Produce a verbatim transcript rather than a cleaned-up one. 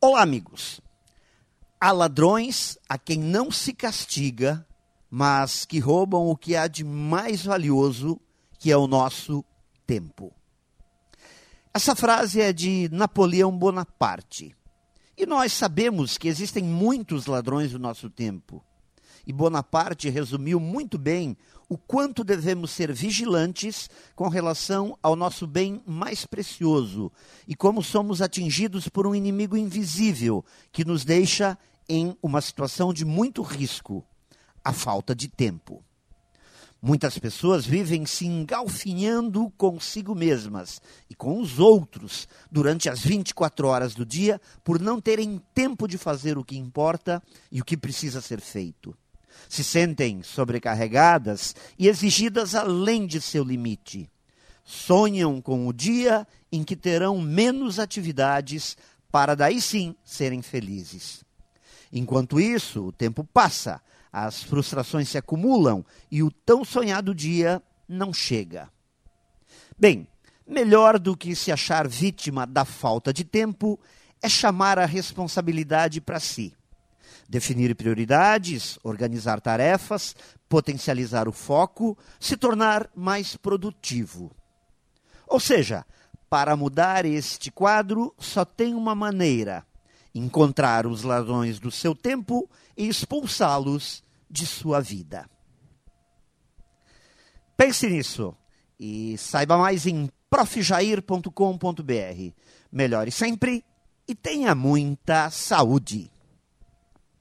Olá, amigos. Há ladrões a quem não se castiga, mas que roubam o que há de mais valioso, que é o nosso tempo. Essa frase é de Napoleão Bonaparte. E nós sabemos que existem muitos ladrões do nosso tempo. E Bonaparte resumiu muito bem o quanto devemos ser vigilantes com relação ao nosso bem mais precioso e como somos atingidos por um inimigo invisível que nos deixa em uma situação de muito risco, a falta de tempo. Muitas pessoas vivem se engalfinhando consigo mesmas e com os outros durante as vinte e quatro horas do dia por não terem tempo de fazer o que importa e o que precisa ser feito. Se sentem sobrecarregadas e exigidas além de seu limite. Sonham com o dia em que terão menos atividades para daí sim serem felizes. Enquanto isso, o tempo passa, as frustrações se acumulam e o tão sonhado dia não chega. Bem, melhor do que se achar vítima da falta de tempo é chamar a responsabilidade para si. Definir prioridades, organizar tarefas, potencializar o foco, se tornar mais produtivo. Ou seja, para mudar este quadro, só tem uma maneira: encontrar os ladrões do seu tempo e expulsá-los de sua vida. Pense nisso e saiba mais em prof jair ponto com ponto br. Melhore sempre e tenha muita saúde.